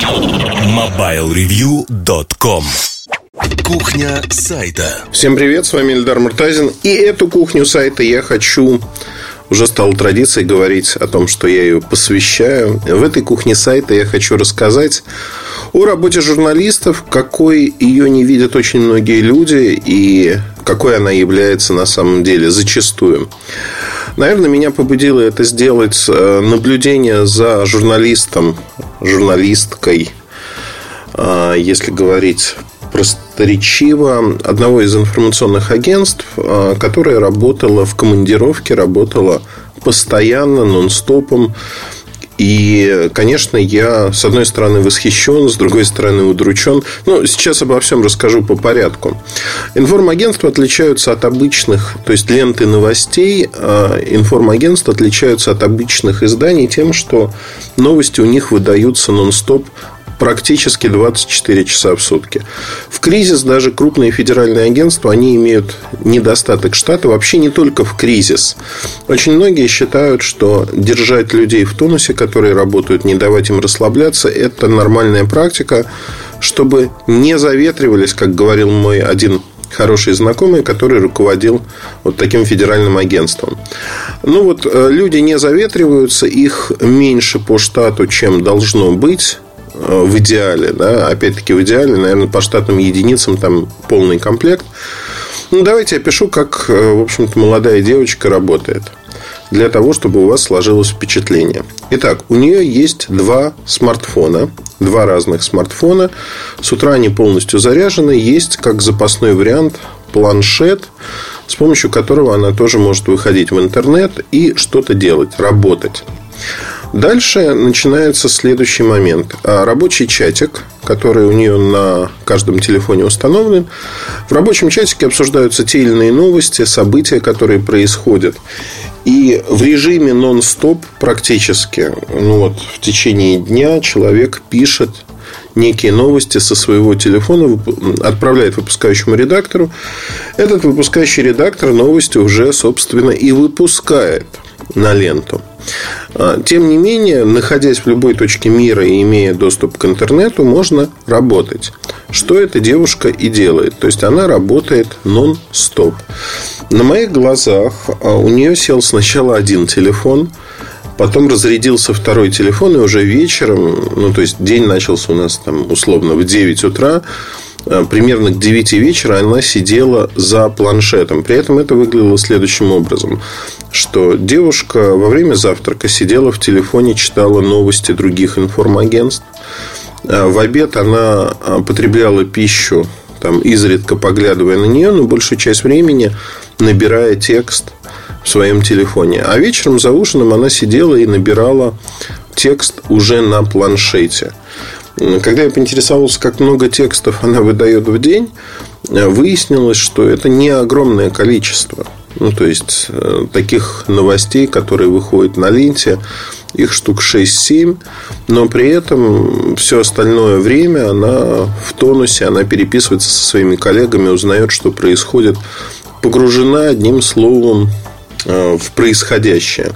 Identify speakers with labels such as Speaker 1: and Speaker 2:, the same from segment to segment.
Speaker 1: MobileReview.com. Кухня сайта.
Speaker 2: Всем привет, с вами Эльдар Муртазин. И эту кухню сайта я хочу... Уже стало традицией говорить о том, что я ее посвящаю. В этой кухне сайта я хочу рассказать о работе журналистов, какой ее не видят очень многие люди и какой она является на самом деле зачастую. Наверное, меня побудило это сделать наблюдение за журналистом, журналисткой, если говорить просторечиво, одного из информационных агентств, которая работала в командировке, работала постоянно, нон-стопом. И, конечно, я, с одной стороны, восхищен, с другой стороны, удручен. Но сейчас обо всем расскажу по порядку. Информагентства отличаются от обычных, то есть ленты новостей. Информагентства отличаются от обычных изданий тем, что новости у них выдаются нон-стоп практически 24 часа в сутки. В кризис даже крупные федеральные агентства, они имеют недостаток штата. Вообще не только в кризис. Очень многие считают, что держать людей в тонусе, которые работают, не давать им расслабляться, это нормальная практика, чтобы не заветривались, как говорил мой один хороший знакомый, который руководил вот таким федеральным агентством. Ну вот, люди не заветриваются, их меньше по штату, чем должно быть. В идеале, да, опять-таки в идеале, наверное, по штатным единицам там полный комплект. Ну, давайте опишу, как, в общем-то, молодая девочка работает, для того, чтобы у вас сложилось впечатление. Итак, у нее есть два смартфона, два разных смартфона. С утра они полностью заряжены. Есть как запасной вариант планшет, с помощью которого она тоже может выходить в интернет и что-то делать, работать. Дальше начинается следующий момент. Рабочий чатик, который у нее на каждом телефоне установлен. В рабочем чатике обсуждаются те или иные новости, события, которые происходят. И в режиме нон-стоп практически, в течение дня человек пишет некие новости со своего телефона, отправляет выпускающему редактору. Этот выпускающий редактор новости уже, собственно, и выпускает на ленту. Тем не менее, находясь в любой точке мира и имея доступ к интернету, можно работать. Что эта девушка и делает. То есть она работает нон-стоп. На моих глазах у нее сел сначала один телефон, потом разрядился второй телефон, и уже вечером, то есть день начался у нас там условно в 9 утра, примерно к 9 вечера она сидела за планшетом. При этом это выглядело следующим образом, что девушка во время завтрака сидела в телефоне, читала новости других информагентств. В обед она потребляла пищу, там, изредка поглядывая на нее, но большую часть времени набирая текст в своем телефоне. А вечером за ужином она сидела и набирала текст уже на планшете. Когда я поинтересовался, как много текстов она выдает в день, выяснилось, что это не огромное количество. То есть таких новостей, которые выходят на ленте, их штук 6-7. Но при этом все остальное время она в тонусе, она переписывается со своими коллегами, узнает, что происходит, погружена, одним словом, в происходящее.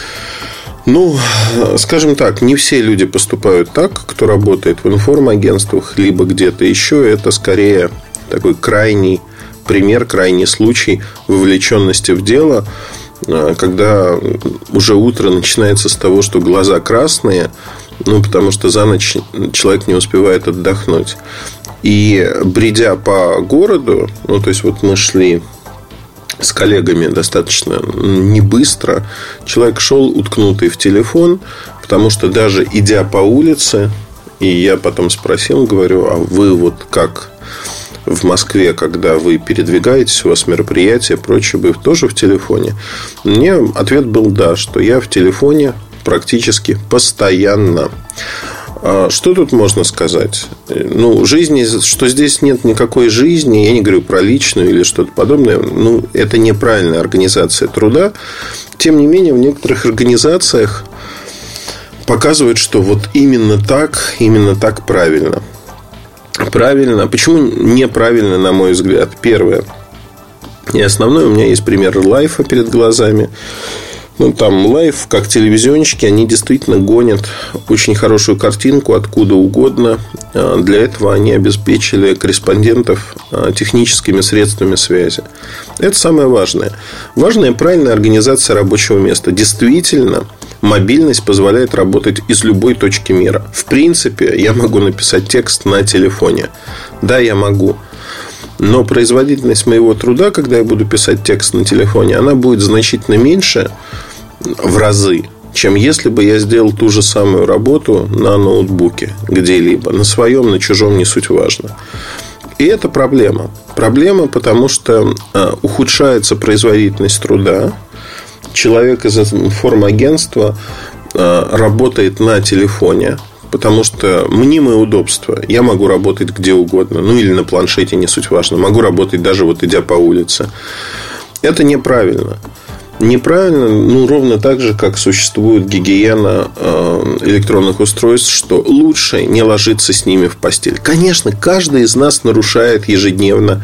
Speaker 2: Скажем так, не все люди поступают так, кто работает в информагентствах, либо где-то еще. Это скорее такой крайний пример, крайний случай вовлеченности в дело, когда уже утро начинается с того, что глаза красные, потому что за ночь человек не успевает отдохнуть. И бредя по городу, то есть вот мы шли с коллегами достаточно не быстро, человек шел уткнутый в телефон, потому что даже идя по улице, и я потом спросил, говорю, а вы вот как в Москве, когда вы передвигаетесь, у вас мероприятия, прочее, вы тоже в телефоне? Мне ответ был да, что я в телефоне практически постоянно. Что тут можно сказать? Жизни, что здесь нет никакой жизни, я не говорю про личную или что-то подобное, это неправильная организация труда. Тем не менее, в некоторых организациях показывают, что вот именно так правильно. Правильно. Почему неправильно, на мой взгляд? Первое. И основное, у меня есть пример лайфа перед глазами. Там лайв, как телевизионщики, они действительно гонят очень хорошую картинку откуда угодно. Для этого они обеспечили корреспондентов техническими средствами связи. Это самое важное. Важная правильная организация рабочего места. Действительно, мобильность позволяет работать из любой точки мира. В принципе, я могу написать текст на телефоне. Да, я могу. Но производительность моего труда, когда я буду писать текст на телефоне, она будет значительно меньше в разы, чем если бы я сделал ту же самую работу на ноутбуке где-либо. На своем, на чужом, не суть важно. И это проблема. Проблема, потому что ухудшается производительность труда. Человек из информагентства работает на телефоне, потому что мнимое удобство. Я могу работать где угодно. Или на планшете, не суть важно. Могу работать даже идя по улице. Это неправильно. Неправильно, ровно так же, как существует гигиена электронных устройств, что лучше не ложиться с ними в постель. Конечно, каждый из нас нарушает ежедневно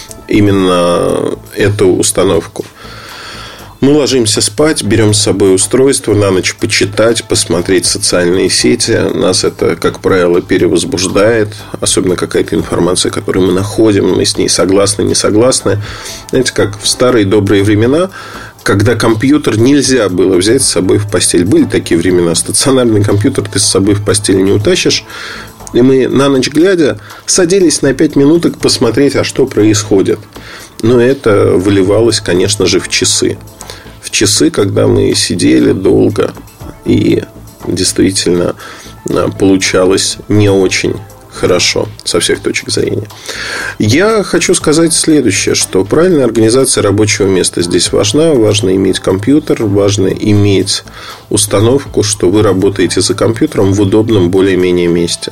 Speaker 2: именно эту установку. Мы ложимся спать, берем с собой устройство, на ночь почитать, посмотреть социальные сети. Нас это, как правило, перевозбуждает. Особенно какая-то информация, которую мы находим. Мы с ней согласны, не согласны. Знаете, как в старые добрые времена, когда компьютер нельзя было взять с собой в постель. Были такие времена. Стационарный компьютер ты с собой в постель не утащишь. И мы на ночь глядя садились на 5 минуток посмотреть, а что происходит. Но это выливалось, конечно же, в часы. В часы, когда мы сидели долго. И действительно получалось не очень хорошо со всех точек зрения. Я хочу сказать следующее, что правильная организация рабочего места здесь важна. Важно иметь компьютер, важно иметь установку, что вы работаете за компьютером в удобном более-менее месте.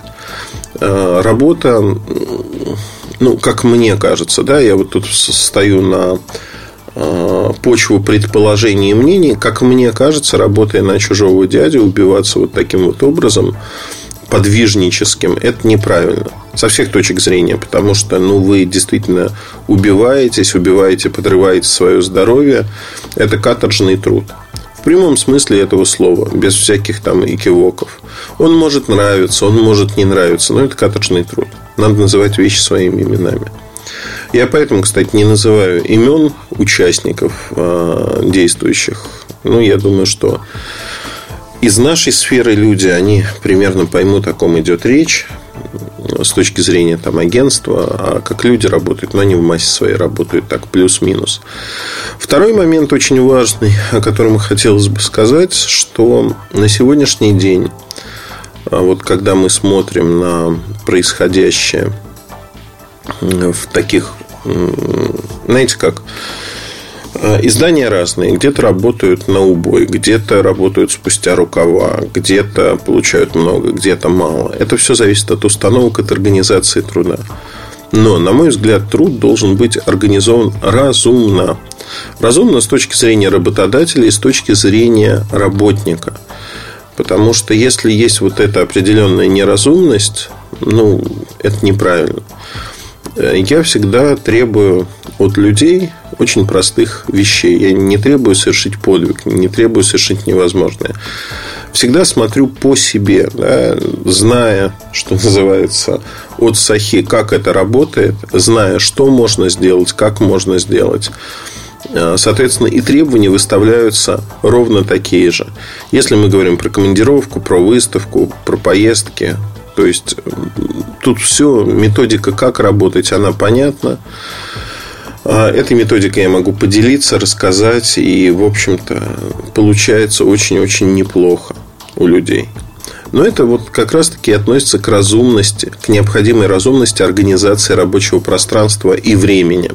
Speaker 2: Работа, как мне кажется, да, я тут стою на почву предположений и мнений. Как мне кажется, работая на чужого дядю, убиваться таким образом подвижническим, это неправильно со всех точек зрения, потому что вы действительно убиваете, подрываете свое здоровье. Это каторжный труд в прямом смысле этого слова, без всяких экивоков. Он может нравиться, он может не нравиться, но это каторжный труд. Надо называть вещи своими именами. Я поэтому, кстати, не называю имен участников действующих. Я думаю, что из нашей сферы люди, они примерно поймут, о ком идет речь с точки зрения агентства. А как люди работают, но они в массе своей работают так, плюс-минус. Второй момент очень важный, о котором хотелось бы сказать, что на сегодняшний день, когда мы смотрим на происходящее в таких, знаете как, издания разные. Где-то работают на убой, где-то работают спустя рукава, где-то получают много, где-то мало. Это все зависит от установок, от организации труда. Но, на мой взгляд, труд должен быть организован разумно. Разумно с точки зрения работодателя и с точки зрения работника. Потому что если есть эта определенная неразумность, это неправильно. Я всегда требую от людей очень простых вещей. Я не требую совершить подвиг, не требую совершить невозможное. Всегда смотрю по себе, да, зная, что называется, от сахи, как это работает, зная, что можно сделать, как можно сделать. Соответственно, и требования выставляются ровно такие же. Если мы говорим про командировку, про выставку, про поездки, то есть тут все, методика, как работать, она понятна. Этой методикой я могу поделиться, рассказать. И, в общем-то, получается очень-очень неплохо у людей. Но это как раз-таки относится к разумности, к необходимой разумности организации рабочего пространства и времени.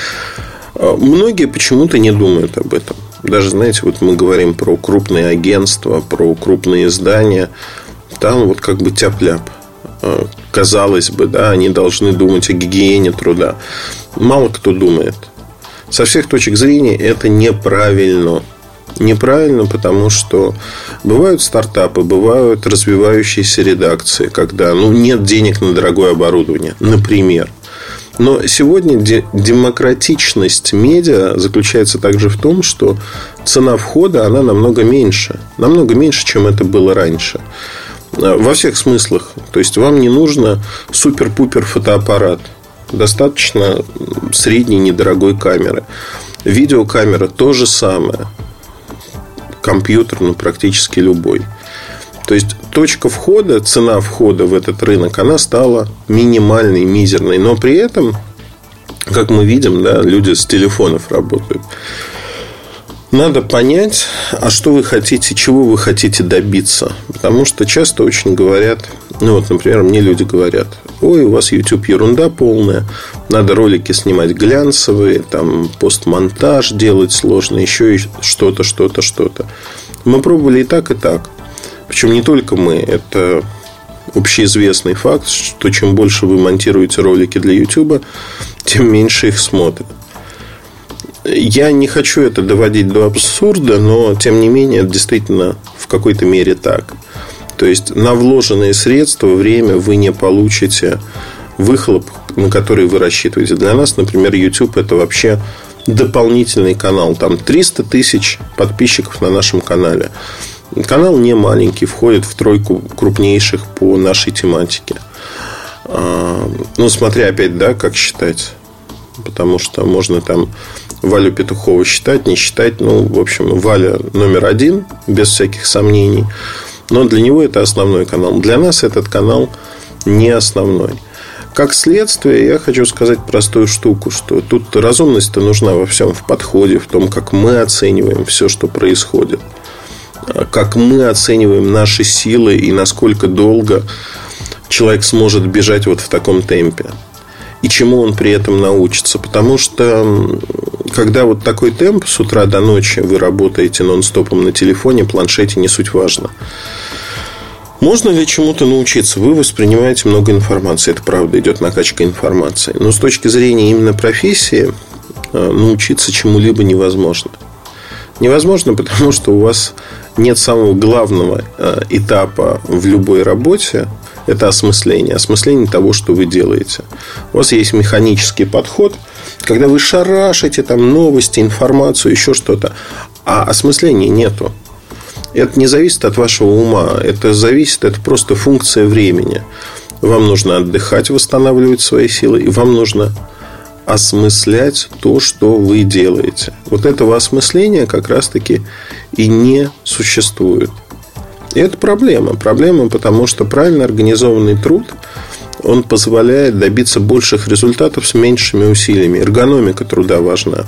Speaker 2: Многие почему-то не думают об этом. Даже, знаете, мы говорим про крупные агентства, про крупные издания. Там как бы тяп-ляп. Казалось бы, да, они должны думать о гигиене труда. Мало кто думает. Со всех точек зрения это неправильно. Неправильно, потому что бывают стартапы, бывают развивающиеся редакции, когда нет денег на дорогое оборудование, например. Но сегодня демократичность медиа заключается также в том, что цена входа, она намного меньше, чем это было раньше. Во всех смыслах. То есть вам не нужно супер-пупер фотоаппарат. Достаточно средней недорогой камеры. Видеокамера то же самое. Компьютер, практически любой. То есть точка входа, цена входа в этот рынок, она стала минимальной, мизерной. Но при этом, как мы видим, да, люди с телефонов работают. Надо понять, а что вы хотите, чего вы хотите добиться. Потому что часто очень говорят, например, мне люди говорят: ой, у вас YouTube ерунда полная, надо ролики снимать глянцевые, там постмонтаж делать сложно, еще что-то. Мы пробовали и так, и так. Причем не только мы. Это общеизвестный факт, что чем больше вы монтируете ролики для YouTube, тем меньше их смотрят. Я не хочу это доводить до абсурда, но, тем не менее, это действительно в какой-то мере так. То есть, на вложенные средства, время вы не получите выхлоп, на который вы рассчитываете. Для нас, например, YouTube – это вообще дополнительный канал. Там 300 тысяч подписчиков на нашем канале. Канал не маленький, входит в тройку крупнейших по нашей тематике. Смотря опять, да, как считать. Потому что можно там Валю Петухову считать, не считать. В общем, Валя номер один, без всяких сомнений. Но для него это основной канал. Для нас этот канал не основной. Как следствие, я хочу сказать простую штуку, что тут разумность-то нужна во всем, в подходе, в том, как мы оцениваем все, что происходит. Как мы оцениваем наши силы и насколько долго человек сможет бежать вот в таком темпе. И чему он при этом научится. Потому что когда вот такой темп с утра до ночи вы работаете нон-стопом на телефоне, планшете, не суть важно. Можно ли чему-то научиться? Вы воспринимаете много информации. Это правда, идет накачка информации. Но с точки зрения именно профессии научиться чему-либо невозможно. Невозможно, потому что у вас нет самого главного этапа в любой работе. Это осмысление. Осмысление того, что вы делаете. У вас есть механический подход, когда вы шарашите там новости, информацию, еще что-то. А осмысления нету. Это не зависит от вашего ума. Это просто функция времени. Вам нужно отдыхать, восстанавливать свои силы. И вам нужно осмыслять то, что вы делаете. Вот этого осмысления как раз-таки и не существует. И это проблема. Проблема, потому что правильно организованный труд, он позволяет добиться больших результатов с меньшими усилиями. Эргономика труда важна.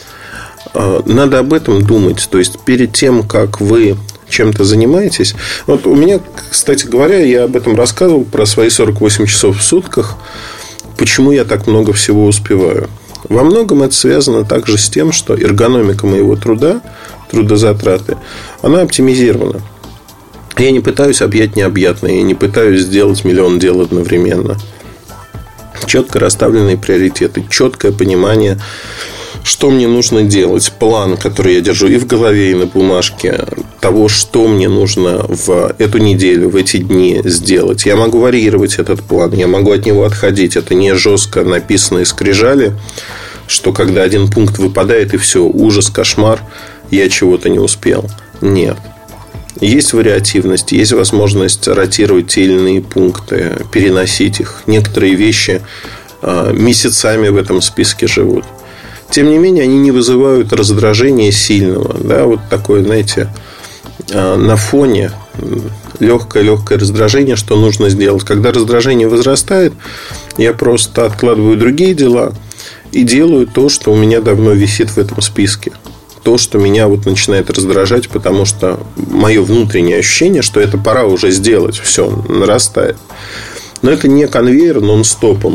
Speaker 2: Надо об этом думать. То есть, перед тем, как вы чем-то занимаетесь. Вот у меня, кстати говоря, я об этом рассказывал, про свои 48 часов в сутках. Почему я так много всего успеваю? Во многом это связано также с тем, что эргономика моего труда, трудозатраты, она оптимизирована. Я не пытаюсь объять необъятное. Я не пытаюсь сделать миллион дел одновременно. Четко расставленные приоритеты. Четкое понимание, что мне нужно делать. План, который я держу и в голове, и на бумажке. Того, что мне нужно в эту неделю, в эти дни сделать. Я могу варьировать этот план. Я могу от него отходить. Это не жестко написанные скрижали, что когда один пункт выпадает, и все, ужас, кошмар, я чего-то не успел. Нет. Есть вариативность, есть возможность ротировать те или иные пункты, переносить их. Некоторые вещи месяцами в этом списке живут. Тем не менее, они не вызывают раздражения сильного. Да, вот такое, знаете, на фоне легкое раздражение, что нужно сделать. Когда раздражение возрастает, я просто откладываю другие дела и делаю то, что у меня давно висит в этом списке. То, что меня вот начинает раздражать, потому что мое внутреннее ощущение, что это пора уже сделать, все, нарастает. Но это не конвейер нон-стопом.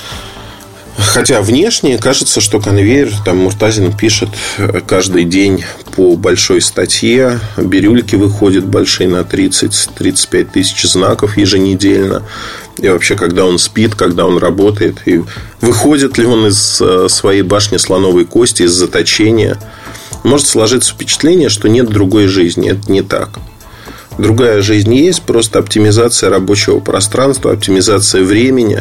Speaker 2: Хотя внешне кажется, что конвейер, там Муртазин пишет каждый день по большой статье, бирюльки выходят большие на 30-35 тысяч знаков еженедельно. И вообще, когда он спит, когда он работает, и выходит ли он из своей башни слоновой кости, из заточения, может сложиться впечатление, что нет другой жизни. Это не так. Другая жизнь есть, просто оптимизация рабочего пространства, оптимизация времени,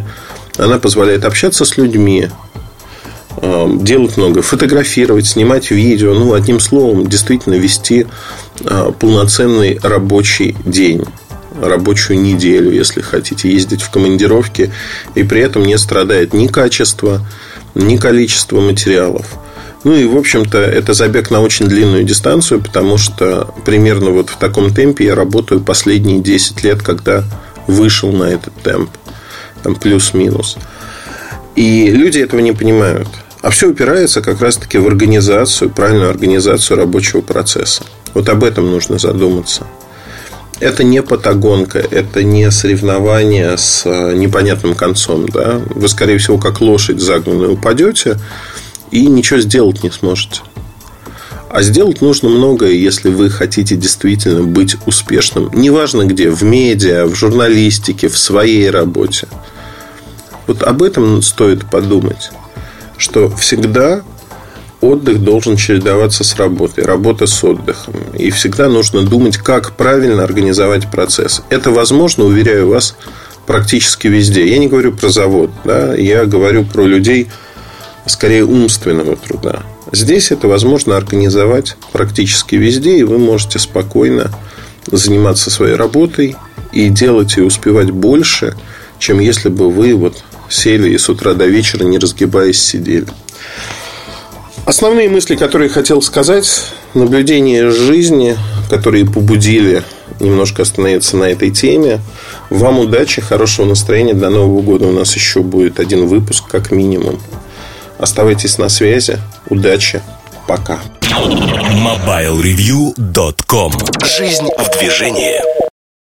Speaker 2: Она позволяет общаться с людьми, делать много, фотографировать, снимать видео. Одним словом, действительно вести полноценный рабочий день, рабочую неделю, если хотите, ездить в командировки, и при этом не страдает ни качество, ни количество материалов. И, в общем-то, это забег на очень длинную дистанцию, потому что примерно вот в таком темпе я работаю последние 10 лет, когда вышел на этот темп, там плюс-минус. И люди этого не понимают. А все упирается как раз-таки в организацию, правильную организацию рабочего процесса. Вот об этом нужно задуматься. Это не патагонка, это не соревнование с непонятным концом. Да? Вы, скорее всего, как лошадь загнанная, упадете и ничего сделать не сможете. А сделать нужно многое, если вы хотите действительно быть успешным. Неважно где, в медиа, в журналистике, в своей работе. Вот об этом стоит подумать. Что всегда отдых должен чередоваться с работой, работа с отдыхом. И всегда нужно думать, как правильно организовать процесс. Это возможно, уверяю вас, практически везде. Я не говорю про завод, да? Я говорю про людей скорее умственного труда. Здесь это возможно организовать практически везде, и вы можете спокойно заниматься своей работой и делать и успевать больше, чем если бы вы сели и с утра до вечера, не разгибаясь, сидели. Основные мысли, которые я хотел сказать, наблюдения жизни, которые побудили немножко остановиться на этой теме. Вам удачи, хорошего настроения. До Нового года у нас еще будет один выпуск, как минимум. Оставайтесь на связи. Удачи. Пока.
Speaker 1: MobileReview.com. Жизнь в движении.